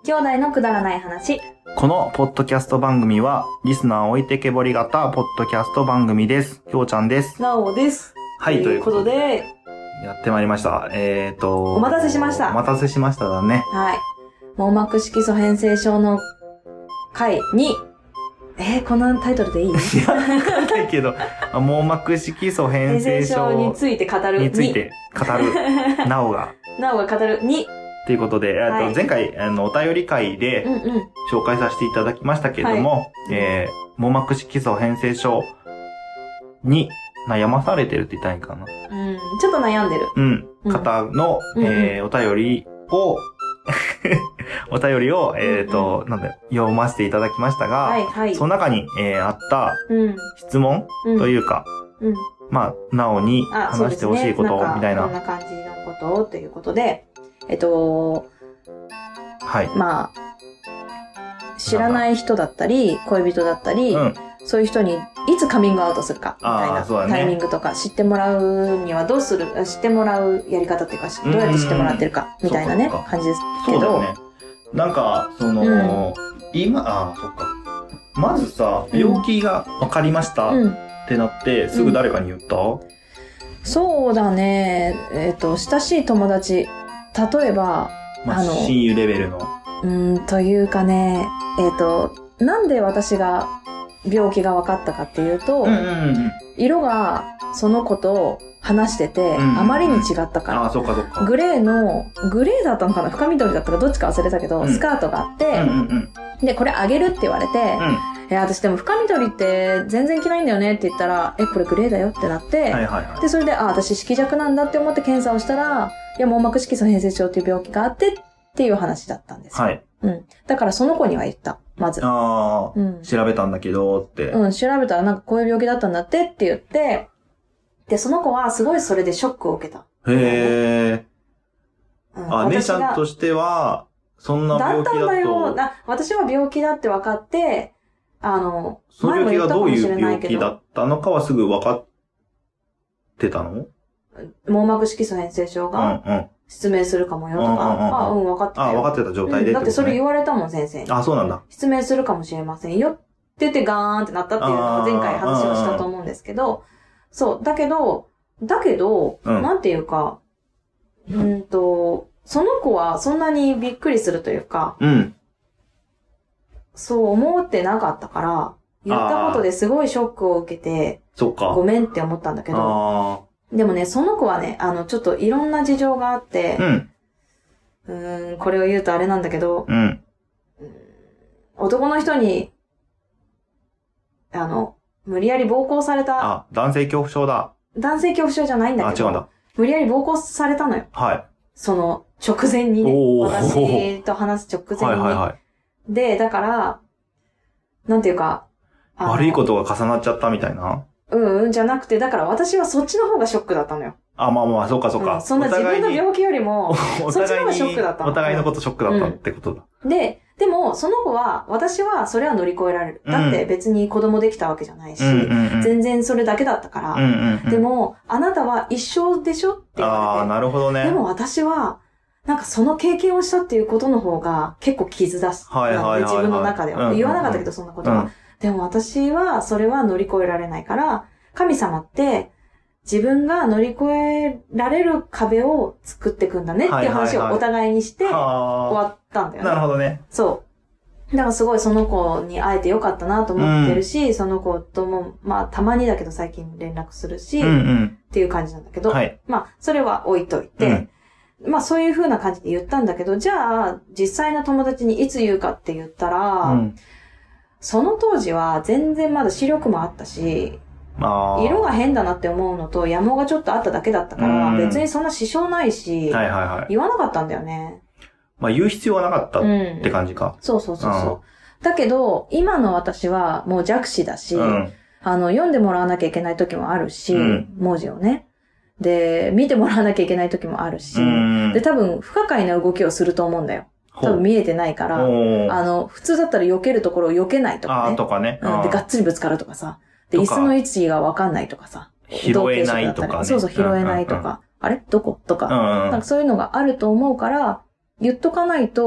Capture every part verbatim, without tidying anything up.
兄弟のくだらない話。 このポッドキャスト番組は、リスナー置いてけぼり型ポッドキャスト番組です。きょうちゃんです。 なおです。 はい、ということで、 やってまいりました。えーと、 お待たせしました。 お待たせしましただね。 はい。網膜色素変性症の回に、えー、このタイトルでいい？いや、わかんないけど、網膜色素変性症について語るについて語る、なおが。 なおが語るに。 ということで、 はい、 前回、あの、お便り会で紹介させていただきましたけれども、はい、えー、網膜色素変性症に悩まされてるって言ったらいいかな。 うん、ちょっと悩んでる。 うん。方の、うん、えー、お便りを、お便りを、えっ、ー、と、うんうん、なんだ、読ませていただきましたが、はいはい、その中に、えー、あった質問、うん、というか、うん、まあ、なおに話してほしいこと、みたいな。 こんな感じのことをということで、えっと、 はい。 まあ、知らない人だったり、恋人だったり、うん、そういう人にいつカミングアウトするか、みたいなタイミングとか、ね、知ってもらうにはどうする、知ってもらうやり方っていうか、どうやって知ってもらってるか、みたいなね、感じですけど。 そうだね。なんか、その、うん、今、あ、そっか。まずさ、病気が分かりました、うん、ってなって、すぐ誰かに言った、うん、 そうだね。えっと、親しい友達。例えば、 まあ、あの、親友レベルの。 うーん、というかね、えっと、なんで私が病気が分かったかっていうと、うんうんうん、色がその子と話してて、うんうんうん、あまりに違ったから。 あ、そっかそっか。 グレーの、グレーだったのかな深緑だったかどっちか忘れたけど、うん、スカートがあって、うんうんうん、で、これあげるって言われて、うんえ、私でも深緑って全然着ないんだよねって言ったら、え、これグレーだよってなって、はいはいはい、で、それで、あ、私色弱なんだって思って検査をしたら、いや、網膜色素変性症っていう病気があってっていう話だったんですよ。はい。うん。だからその子には言った。まず。 ああ、うん、調べたんだけどって。 うん、調べたらなんかこういう病気だったんだってって言って、で、その子はすごいそれでショックを受けた。 へー。うん、あ、姉ちゃんとしては、そんな病気だと。だったんだよ。 な、私は病気だって分かって、あの、 その病気がどういう病気だったのかはすぐ分かってたの？ 網膜色素変性症が失明するかもよとか、うんうん、あ、うん、分かってたよ。 あ、分かってた状態で、ねうん。 だってそれ言われたもん、先生に。 あ、そうなんだ。 失明するかもしれませんよって言ってガーンってなったっていうのが前回話をしたと思うんですけど、そう、だけど、だけど、うん、なんていうか、うんと、その子はそんなにびっくりするというか、うんそう思ってなかったから、言ったことですごいショックを受けて、 そっか。 ごめんって思ったんだけど、でもね、その子はね、あの、ちょっといろんな事情があって、うん、うーん、これを言うとあれなんだけど、うん、男の人に、あの、無理やり暴行された。 あ、男性恐怖症だ。 男性恐怖症じゃないんだけど、 あ、違うんだ。 無理やり暴行されたのよ。 はい。 その、直前にね、私と話す直前に。はいはいはい。で、だから、なんていうか。 悪いことが重なっちゃったみたいなうんうん、じゃなくて、だから私はそっちの方がショックだったのよ。 あ、まあまあ、そうかそうか。うん、 そんな自分の病気よりも、そっちの方がショックだったの。 お互いのことショックだったってことだ。 うん、で、でも、その子は、私はそれは乗り越えられる。だって別に子供できたわけじゃないし、うんうんうん、全然それだけだったから、うんうんうん。でも、あなたは一生でしょって言われて。 ああ、なるほどね。 でも私は、なんかその経験をしたっていうことの方が結構傷だす。はいはいはいはい、自分の中では、うんうんうん。言わなかったけどそんなことは、うん。でも私はそれは乗り越えられないから、神様って自分が乗り越えられる壁を作っていくんだねっていう話をお互いにして終わったんだよね。 なるほどね。 そう。だからすごいその子に会えてよかったなと思ってるし、うん、その子とも、まあたまにだけど最近連絡するし、うんうん、っていう感じなんだけど、はい、まあそれは置いといて、うんまあそういう風な感じで言ったんだけど、じゃあ実際の友達にいつ言うかって言ったら、うん、その当時は全然まだ視力もあったし、色が変だなって思うのと山がちょっとあっただけだったから、別にそんな支障ないし、はいはいはい、言わなかったんだよね。 まあ言う必要はなかったって感じか。 うん、そうそうそうそう、うん。だけど、今の私はもう弱視だし、うん、あの、読んでもらわなきゃいけない時もあるし、うん、文字をね。で、見てもらわなきゃいけない時もあるし、で、多分不可解な動きをすると思うんだよ。多分見えてないから、あの、普通だったら避けるところを避けないとかね。 あとかね、 うん。で、がっつりぶつかるとかさ。で、椅子の位置がわかんないとかさ。 拾えないとかね。 そうそう、拾えないとか。うんうんうん、あれどことか、うんうん。なんかそういうのがあると思うから、言っとかないと、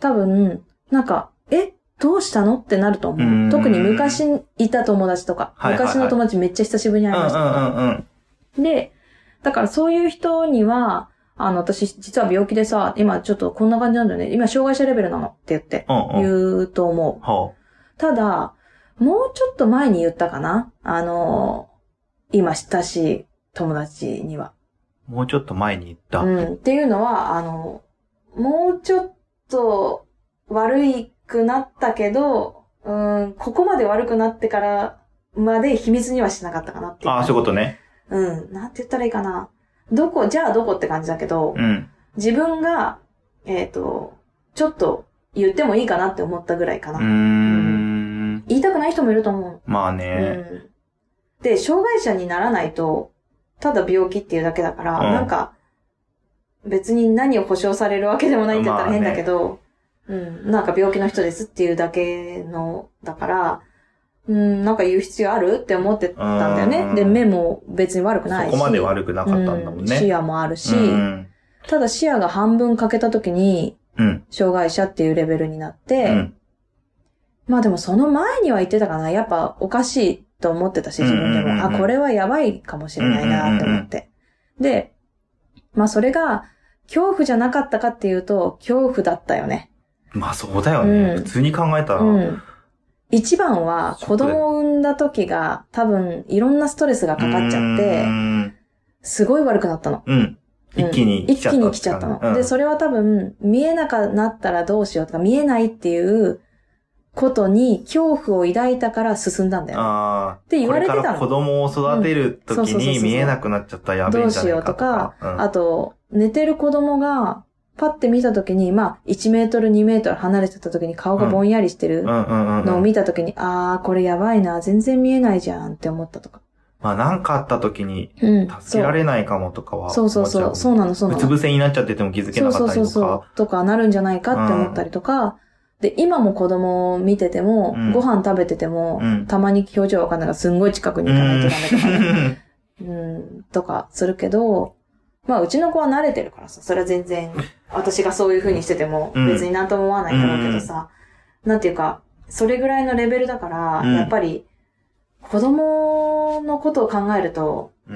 多分、なんか、えどうしたのってなると思う。特に昔いた友達とか、はいはいはい、昔の友達めっちゃ久しぶりに会いましたとか、うんうんうん。で、だからそういう人には、あの、私、実は病気でさ、今ちょっとこんな感じなんだよね。今、障害者レベルなのって言って、言うと思う。うんうん、ただ、もうちょっと前に言ったかな？あの、今親しい友達には。 もうちょっと前に言った。 うん。っていうのは、あの、もうちょっと悪くなったけど、うん、ここまで悪くなってからまで秘密にはしなかったかなっていう。 ああ、そういうことね。 うん。なんて言ったらいいかな。どこ、じゃあどこって感じだけど、うん、自分が、えっと、ちょっと言ってもいいかなって思ったぐらいかな。うーん、うん、言いたくない人もいると思う。 まあね、 うん。で、障害者にならないと、ただ病気っていうだけだから、うん、なんか、別に何を保証されるわけでもないって言ったら変だけど、まあね、うん、なんか病気の人ですっていうだけの、だから、うん、なんか言う必要あるって思ってたんだよね。で、目も別に悪くないし。 そこまで悪くなかったんだもんね。うん、 視野もあるし、うん、ただ視野が半分欠けた時に、うん、障害者っていうレベルになって、うん、まあでもその前には言ってたかな。やっぱおかしいと思ってたし、自分でも。うんうんうん、あ、これはやばいかもしれないなって思って。うんうんうん、で、まあそれが恐怖じゃなかったかっていうと、恐怖だったよね。 まあそうだよね。うん、普通に考えたら。 うん一番は子供を産んだ時が多分いろんなストレスがかかっちゃって、すごい悪くなったの。 うん。一気に来ちゃった、 うん。一気に来ちゃったの、うん。で、それは多分見えなくなったらどうしようとか見えないっていうことに恐怖を抱いたから進んだんだよ、ね。ああ。って言われてたの。 これから子供を育てる時に見えなくなっちゃったらやべえんじゃないかとか。 どうしようとか、うん、あと寝てる子供がパッて見たときに、まあ、いちメートル、にメートル離れてたときに顔がぼんやりしてるのを見たときに、あー、これやばいな、全然見えないじゃんって思ったとか。 まあ、なんかあったときに、助けられないかもとかは、 うん、そうそうそう、そうなの、そうなの。 うつ伏せになっちゃってても気づけなかったりとか。そうそうそう、 とかなるんじゃないかって思ったりとか、うん、で、今も子供を見てても、うん、ご飯食べてても、うん、たまに表情わかんないからすんごい近くに行かないとダメとかね。うん、うん、とかするけど、まあ、うちの子は慣れてるからさ、それは全然、私がそういう風にしてても、別になんとも思わないだろうけどさ、うん、なんていうか、それぐらいのレベルだから、うん、やっぱり、子供のことを考えると、うん、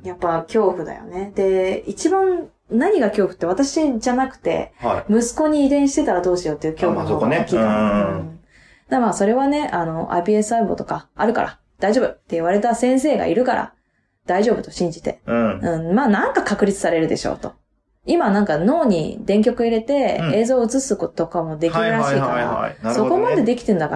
やっぱ恐怖だよね。で、一番何が恐怖って私じゃなくて、はい、息子に遺伝してたらどうしようっていう恐怖の方が大きいから。だからまあ、それはね、あの、アイピーエス 細胞とかあるから、大丈夫って言われた先生がいるから、大丈夫と信じて。うん。うん。まあなんか確立されるでしょうと。今なんか脳に電極入れて映像を映すこととかもできるらしいから、そこまでできてんだから、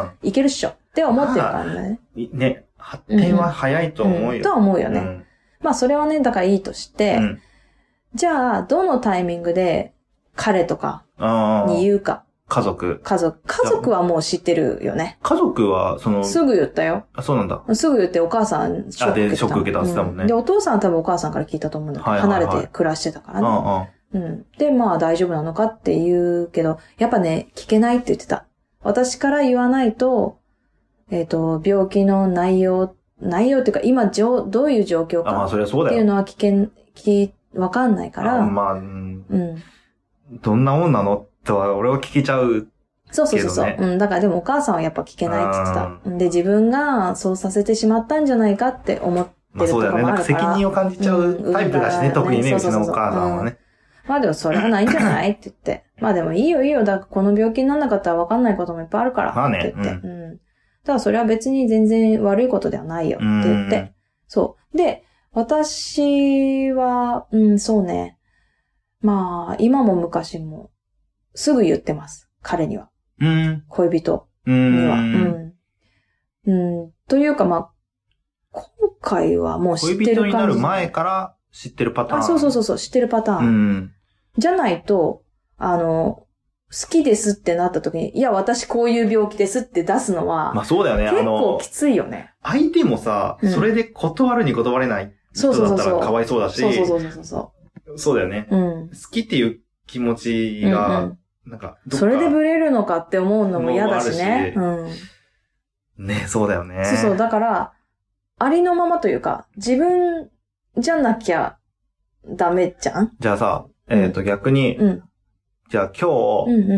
うん、いけるっしょって思ってるからね。 ね。発展は早いと思うよ。うんうん、 とは思うよね。うん、まあそれはね、だからいいとして、うん、じゃあどのタイミングで彼とかに言うか。 家族。 家族。家族はもう知ってるよね。 家族は、その。 すぐ言ったよ。 あ、そうなんだ。 すぐ言ってお母さんショック受けた。あ、で、ショック受けたって言ったもんね、 うん。で、お父さんは多分お母さんから聞いたと思うんだけど、はいはいはい、離れて暮らしてたからね。うんうん。で、まあ大丈夫なのかって言うけど、やっぱね、聞けないって言ってた。私から言わないと、えっと、病気の内容、内容っていうか、今、どういう状況かっていうのは聞けん、聞き、わかんないから。 あ、まあ、うん。うん。どんなもんなのとは、俺は聞けちゃう。 そうそうそうそう。うん。だからでもお母さんはやっぱ聞けないって言ってた。で、自分がそうさせてしまったんじゃないかって思ってるところもあるから。まあそうだよね。なんか責任を感じちゃうタイプだしね。うん、特にね、うちのお母さんはね。 まあでもそれはないんじゃないって言って。まあでもいいよいいよ。だからこの病気にならなかったら分かんないこともいっぱいあるから。って言って。うん。うん、だからそれは別に全然悪いことではないよって言って。そう。で、私は、うん、そうね。まあ、今も昔もすぐ言ってます。彼には。うん、恋人には。うん。うん。というか、まあ、今回はもう知ってる感じ。 恋人になる前から知ってるパターン。 あ、そうそうそうそう、知ってるパターン。うん。じゃないと、あの、好きですってなった時に、いや、私こういう病気ですって出すのは、 まあそうだよね。 結構きついよね。 相手もさ、うん、それで断るに断れない人だったらかわいそうだし。 そうそうそうそうそう。 そうだよね。うん。好きっていう気持ちが、うんうん、なんかどっか、 それでブレるのかって思うのも嫌だしね。うん。 ね、そうだよね。 そうそう。だから、ありのままというか、自分じゃなきゃダメじゃん？ じゃあさ、えっと、うん、逆に、うん、じゃあ今日、うんうん、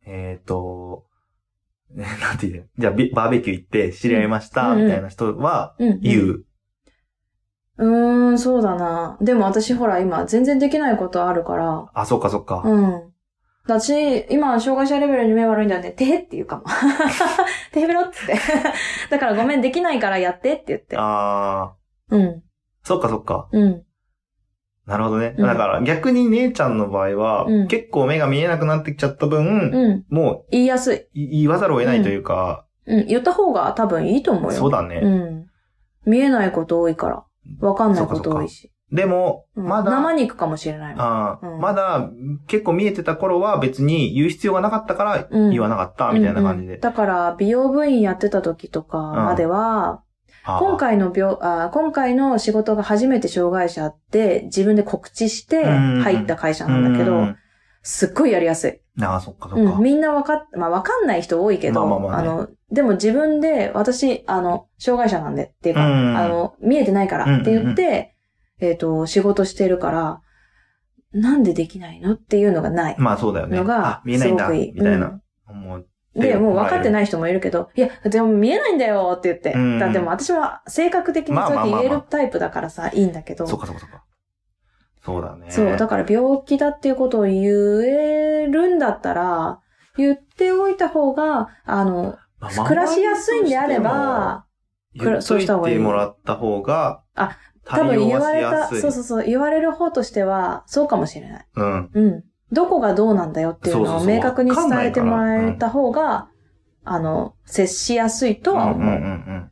えっ、ー、と、なんて言うじゃあ、バーベキュー行って知り合いました、みたいな人は言う。 うん、うん、うーん、そうだな。でも私ほら今全然できないことあるから。 あ、そっかそっか。 うん。私、今、障害者レベルに目悪いんだよね。てへって言うかも。てへべろっつって。だからごめん、できないからやってって言って。 ああ。 うん。 そっかそっか。 うん。 なるほどね。うん、だから逆に姉ちゃんの場合は、うん、結構目が見えなくなってきちゃった分、うん、もう、 言いやすい。言わざるを得ないというか、 うん。うん。言った方が多分いいと思うよ。 そうだね。 うん。見えないこと多いから。わかんないこと多いし。 でも、まだ、 生肉かもしれない。 あうん、まだ、結構見えてた頃は別に言う必要がなかったから言わなかった、みたいな感じで、うんうん。だから、美容部員やってた時とかまでは、うん、今回の病あ、今回の仕事が初めて障害者って自分で告知して入った会社なんだけど、うんうん、すっごいやりやすい。 ああ、そっかそっか。 うん、みんなわかっ、まあわかんない人多いけど、まあまあまあね、あの、でも自分で、私、あの、障害者なんでっていうか、うん、あの、見えてないからって言って、うんうんうんえっと、仕事してるから、なんでできないのっていうのがない。 まあそうだよね。のが、見えないんだ、みたいな。 思うで、もう分かってない人もいるけど、いや、でも見えないんだよって言って。うん、だでも私は性格的にそうやって言えるタイプだからさ、いいんだけど。 そうかそうかそうか。そうだね。 そう、だから病気だっていうことを言えるんだったら、言っておいた方が、あの、まあ、暮らしやすいんであれば、 そうした方がいい。言ってもらった方が、 あ、多分言われた、そうそうそう、言われる方としては、そうかもしれない。うん。うん。どこがどうなんだよっていうのを明確に伝えてもらえた方が、あの、接しやすいとは思う。うんうんうん、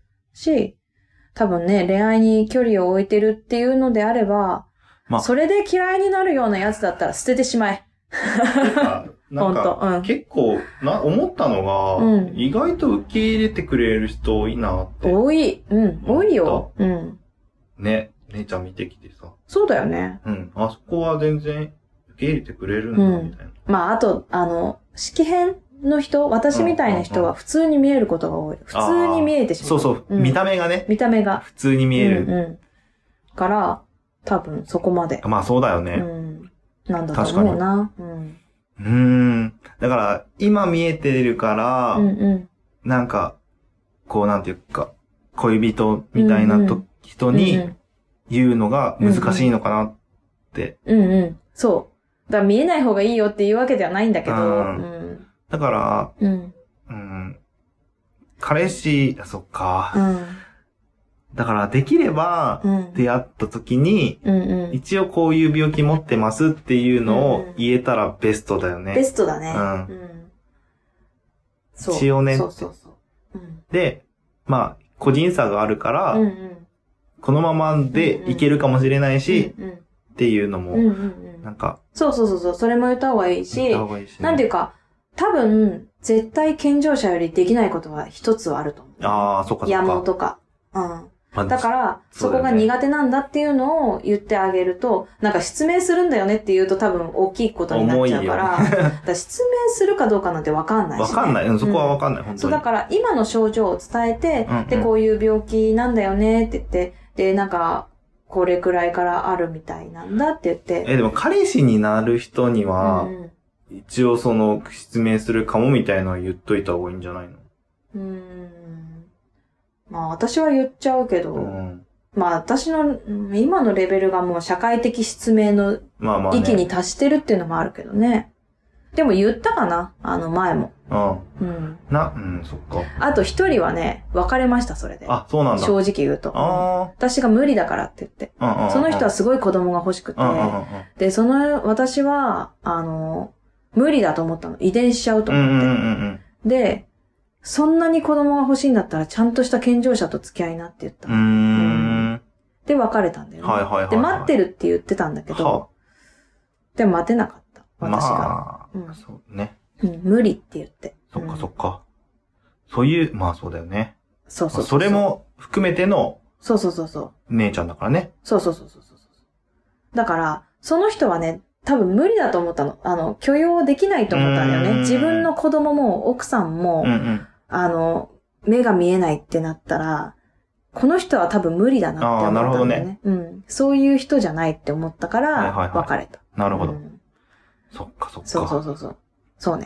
し、多分ね、恋愛に距離を置いてるっていうのであれば、まあ、それで嫌いになるようなやつだったら捨ててしまえ。 なんか、うん、結構な、思ったのが、うん、意外と受け入れてくれる人多いなって。 多い。うん、多いよ。うん。 ね、姉ちゃん見てきてさ。 そうだよね。 うん。あそこは全然受け入れてくれるんだ、うん、みたいな。 まあ、あと、あの、色変の人、私みたいな人は普通に見えることが多い。普通に見えてしまう。 そうそう、うん。見た目がね。 見た目が。 普通に見える。 うん、うん。から、多分そこまで。 まあそうだよね。 うん。なんだと思うな。うん。 うーん。だから、今見えてるから、うんうん、なんか、こうなんていうか、恋人みたいなと、うんうん、人に言うのが難しいのかなって。 うんうん。うんうん、そう。だから見えない方がいいよっていうわけではないんだけど。うんうん、 だから、うん、うん。彼氏、そっか。うんだからできれば、出会った時に、うんうんうん、一応こういう病気持ってますっていうのを言えたらベストだよね。 ベストだね。うん。うん、 そう一応ね。 そうそうそう、 うん。で、まあ、個人差があるから、うんうん、このままでいけるかもしれないし、うんうん、っていうのも、うんうんうん、なんか。 そうそうそうそう、それも言った方がいいし、 言った方がいいし、ね、 なんていうか、多分、絶対健常者よりできないことは一つはあると思う。 ああ、そっかそっか。 野毛とか。うん。だから、そこが苦手なんだっていうのを言ってあげると、なんか失明するんだよねって言うと多分大きいことになっちゃうから、だから失明するかどうかなんてわかんないし、ね。 わかんない。そこはわかんない、うん、本当に。 そう、だから今の症状を伝えて、うんうん、で、こういう病気なんだよねって言って、で、なんか、これくらいからあるみたいなんだって言って。 え、でも彼氏になる人には、うん、一応その、失明するかもみたいなの言っといた方がいいんじゃないの？ うーん。まあ私は言っちゃうけど、うん、まあ私の今のレベルがもう社会的失明の域に達してるっていうのもあるけどね。まあまあねでも言ったかなあの前も。 うん。うん。な、うん、そっか。 あと一人はね、別れました、それで。 あ、そうなんだ。 正直言うと。あ私が無理だからって言って。うんうんうん、その人はすごい子供が欲しくて。うんうんうん、で、その、私は、あの、無理だと思ったの。遺伝しちゃうと思って。うんうんうんうん、で、そんなに子供が欲しいんだったら、ちゃんとした健常者と付き合いなって言った。うーんうん、で、別れたんだよね。はいはいはい、はい。で、待ってるって言ってたんだけど、でも待てなかった。私が。まあ、うん、 そうね。 うん、無理って言って。 そっかそっか。うん、そういう、まあそうだよね。 そうそうそうそう。 それも含めての、 そうそうそうそう。 姉ちゃんだからね。 そうそうそうそうそう。だから、その人はね、多分無理だと思ったの。あの、許容できないと思ったんだよね。自分の子供も奥さんも、うんうん、あの、目が見えないってなったら、この人は多分無理だなって思ったんだよね。あ、なるほどね。うん。そういう人じゃないって思ったから、別れた。 なるほど。うん、そっかそっか。 そうそうそうそう。そうね。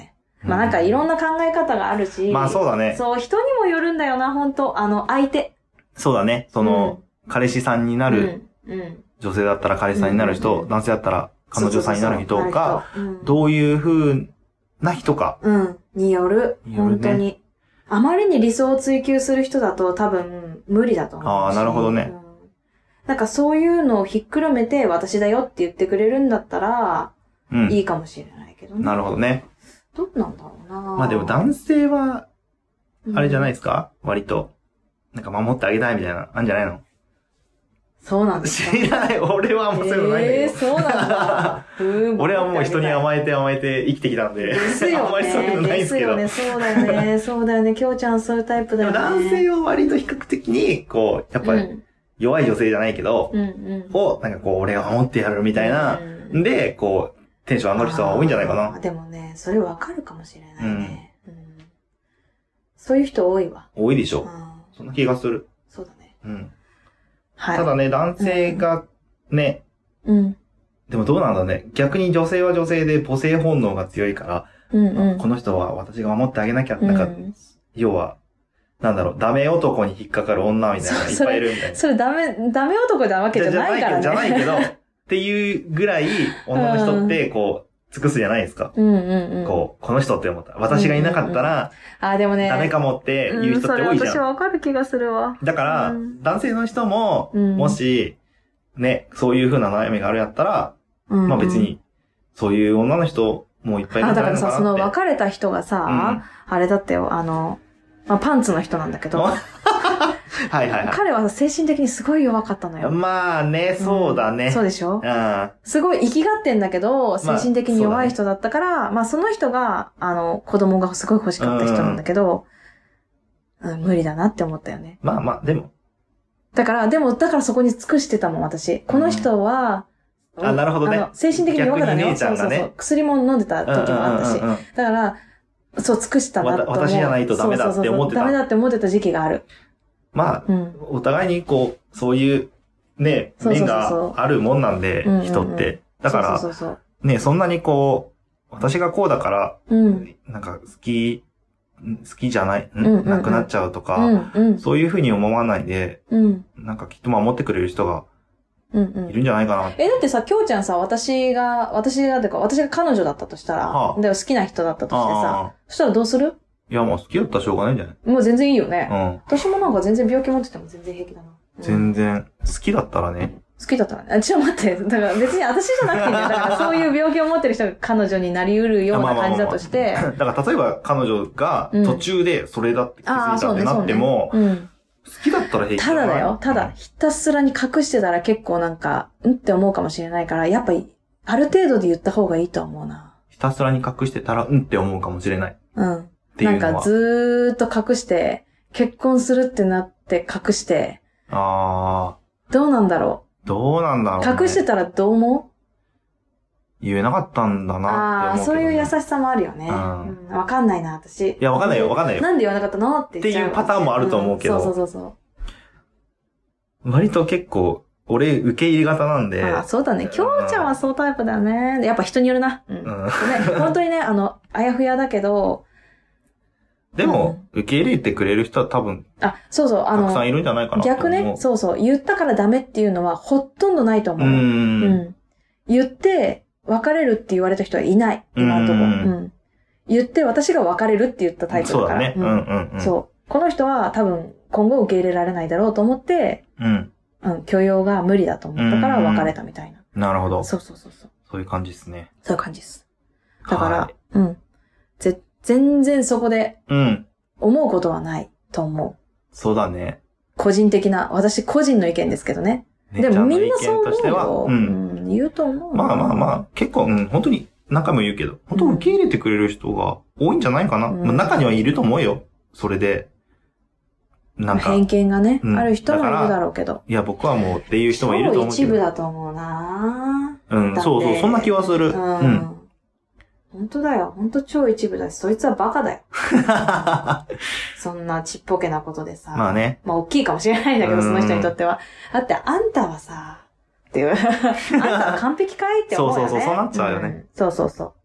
まあなんかいろんな考え方があるし。 まあそうだね。 そう、人にもよるんだよな、本当あの、相手。 そうだね。その、うん、彼氏さんになる、うんうん、女性だったら彼氏さんになる人、うんうんうん、男性だったら彼女さんになる人が、どういう風な人か。 うん。による。によるね、本当に。あまりに理想を追求する人だと多分無理だと思う。 ああ、なるほどね、うん。 なんかそういうのをひっくるめて私だよって言ってくれるんだったら、うん、いいかもしれないけどね。 なるほどね。 どうなんだろうな。 まあでも男性は、あれじゃないですか、うん、割と。なんか守ってあげたいみたいな、あんじゃないの？ そうなんですか？ 知らない。俺はもうそういうのないんだけど。えー、そうなんだ。 俺はもう人に甘えて甘えて生きてきたんで。 ですよね。 あんまりそういうのないんですけど。 ですよね。そうだよね。そうだよね。きょうちゃんそういうタイプだよね。 男性は割と比較的に、こう、やっぱり、弱い女性じゃないけど、うんうん、を、なんかこう、俺が守ってやるみたいな、うん、で、こう、テンション上がる人は多いんじゃないかな。 でもね、それわかるかもしれないね、うんうん。そういう人多いわ。 多いでしょ。うん、そんな気がする。 そうだね。 うん。はい。ただね、男性がね、うん。でもどうなんだね。逆に女性は女性で母性本能が強いから、うんうん、この人は私が守ってあげなきゃ、なんか、うん、要は、なんだろう、ダメ男に引っかかる女みたいなのがいっぱいいるみたいな。 それ、それダメ、ダメ男なわけじゃないからね。 じゃないけど、じゃないけど、っていうぐらい女の人ってこう、尽くすじゃないですか。 うんうんうん。 こう、この人って思った。私がいなかったら、 うんうんうん、あ、でもね。 ダメかもって言う人って多いじゃん。 うん、それ私はわかる気がするわ。 だから、うん、男性の人も、もし、ね、そういう風な悩みがあるやったら、うんうん、まあ別に、そういう女の人もいっぱいいるんじゃないのかなって。あ、だからさ、その別れた人がさ、うん、あれだってよ、あの、まあ、パンツの人なんだけど。はいはいはい。彼は精神的にすごい弱かったのよ。まあね、そうだね。 うん、そうでしょ？うん。すごい生きがってんだけど、精神的に弱い人だったから、まあ、ね、まあその人が、あの、子供がすごい欲しかった人なんだけど、うん、無理だなって思ったよね。 まあまあ、でも。 だから、でも、だからそこに尽くしてたもん、私。この人は、 うん、あ、なるほどね。あの、 精神的に弱かったのよ。 ね、 そうそうそう。薬も飲んでた時もあったし。だから、そう、尽くしたなと思う。 私じゃないとダメだって思ってた。そうそうそう、 ダメだって思ってた時期がある。 まあ、うん、お互いにこう、そういう、ね、面があるもんなんで、人って。だから、そうそうそう、ね、そんなにこう、私がこうだから、うん、なんか好き、好きじゃない、うんうんうん、なくなっちゃうとか、うんうん、そういうふうに思わないで、うん、なんかきっと守ってくれる人が、うんうん、いるんじゃないかな。 え、だってさ、きょうちゃんさ、私が、私が、てか、私が彼女だったとしたら、はあ、でも好きな人だったとしてさ、そしたらどうする？ いや、もう好きだったらしょうがないんじゃない？ もう全然いいよね。うん。私もなんか全然病気持ってても全然平気だな。 うん、全然、好きだったらね。 好きだったらね。あ、ちょっと待って。だから別に私じゃなくていいんだよ。だからそういう病気を持ってる人が彼女になり得るような感じだとして。 だから例えば彼女が途中でそれだって気づいたってなっても、うん、好きだったら平気だただだよ。ただ、ひたすらに隠してたら結構なんか、んって思うかもしれないから、やっぱり、ある程度で言った方がいいと思うな。 ひたすらに隠してたら、うんって思うかもしれない。 うん。っていうのはなんかずーっと隠して、結婚するってなって隠して。ああ。どうなんだろう。どうなんだろう、ね。 隠してたらどう思う？ 言えなかったんだなって思うけど、ね。ああ、 そういう優しさもあるよね。うん。わ、うん、かんないな、私。 いや、わかんないよ、わかんないよ。 なんで言わなかったのって言っちゃう。 っていうパターンもあると思うけど。 うん、そうそうそうそう。 割と結構、俺、受け入れ型なんで。 ああ、そうだね。きょうちゃんはそうタイプだよね。やっぱ人によるな。うん。うん、ね、本当にね、あの、あやふやだけど、 でも、うん、受け入れてくれる人は多分、 あ、そうそう、あの、 たくさんいるんじゃないかな。 逆ね、そうそう、言ったからダメっていうのはほとんどないと思う。うん。うん。言って、別れるって言われた人はいない。今のところ。うん。言って、私が別れるって言ったタイプだから。そうだね。うんうんうん。そう。この人は多分、今後受け入れられないだろうと思って、うん。うん、許容が無理だと思ったから別れたみたいな。 なるほど。 そうそうそうそう。 そういう感じですね。 そういう感じです。だから、はい、うん。ぜ、全然そこで、うん。思うことはないと思う。 そうだね。 個人的な、私個人の意見ですけどね。でもみんなそう思うよ。うん、うん。言うと思う。 まあまあまあ、結構、うん、本当に何回も言うけど、本当受け入れてくれる人が多いんじゃないかな。うん、まあ、中にはいると思うよ。それで。 なんか。偏見がね、うん、ある人もいるだろうけど。 いや、僕はもうっていう人もいると思うけど。 一部だと思うなうん、そうそう、そんな気はする。うん。うん、 本当だよ。本当超一部だし、そいつはバカだよ。そんなちっぽけなことでさ。 まあね。 まあ大きいかもしれないんだけど、その人にとっては。だってあんたはさ、っていう。あんたは完璧かいって思うよね。 そうそうそう、そうなっちゃうよね。 うん、そうそうそう。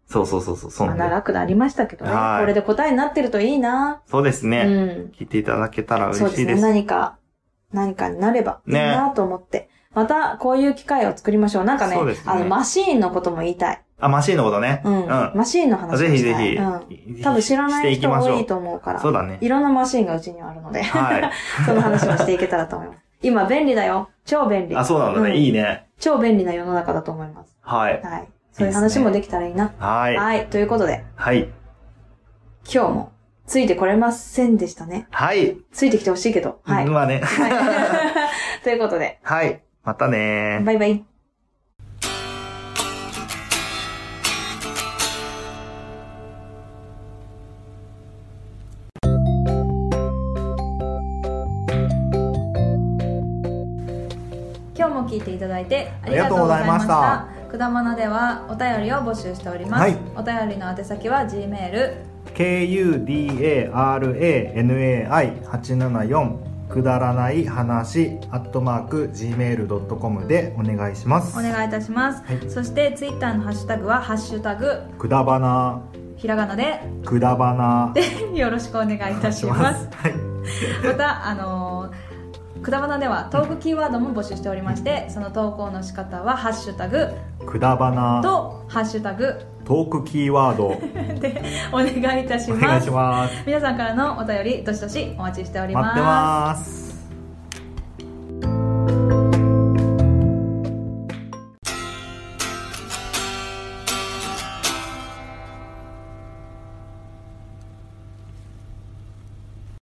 そうそうそうそう。 まあ、長くなりましたけどね。これで答えになってるといいな。 そうですね。うん。聞いていただけたら嬉しいです。そうですね。 何か、何かになればいいなと思って。ね、また、こういう機会を作りましょう。なんかね、ねあの、マシーンのことも言いたい。 あ、マシーンのことね。 うん。うん、マシーンの話もしたい。ぜひぜひ。うん。多分知らない人多いと思うから。 そうだね。 いろんなマシーンがうちにはあるので。はい。その話もしていけたらと思います。今便利だよ。超便利。 あ、そうなんだね。うん、いいね。 超便利な世の中だと思います。 はい。 はい。そういう話もできたらいいな。 はい。 はい。ということで。 はい。 今日もついてこれませんでしたね。 はい。 ついてきてほしいけど。はい。 まあね。はい。 ということで。 はい。またねー。 バイバイ。今日も聞いていただいてありがとうございました。くだまなではお便りを募集しております。はい、お便りの宛先は G メールケーユーディーエーアールエーエヌエーアイはちななよん くだらない話アットマーク ジーメールドットコム でお願いします。 お願いいたします。はい、そしてツイッターのハッシュタグはハッシュタグくだばな、 ひらがなでくだばなでよろしくお願いいたします。はい、またあのーくだばなではトークキーワードも募集しておりまして、その投稿の仕方はハッシュタグくだばなとハッシュタグトークキーワードでお願いいたします。 お願いします。 皆さんからのお便りどしどしお待ちしております。 待ってます。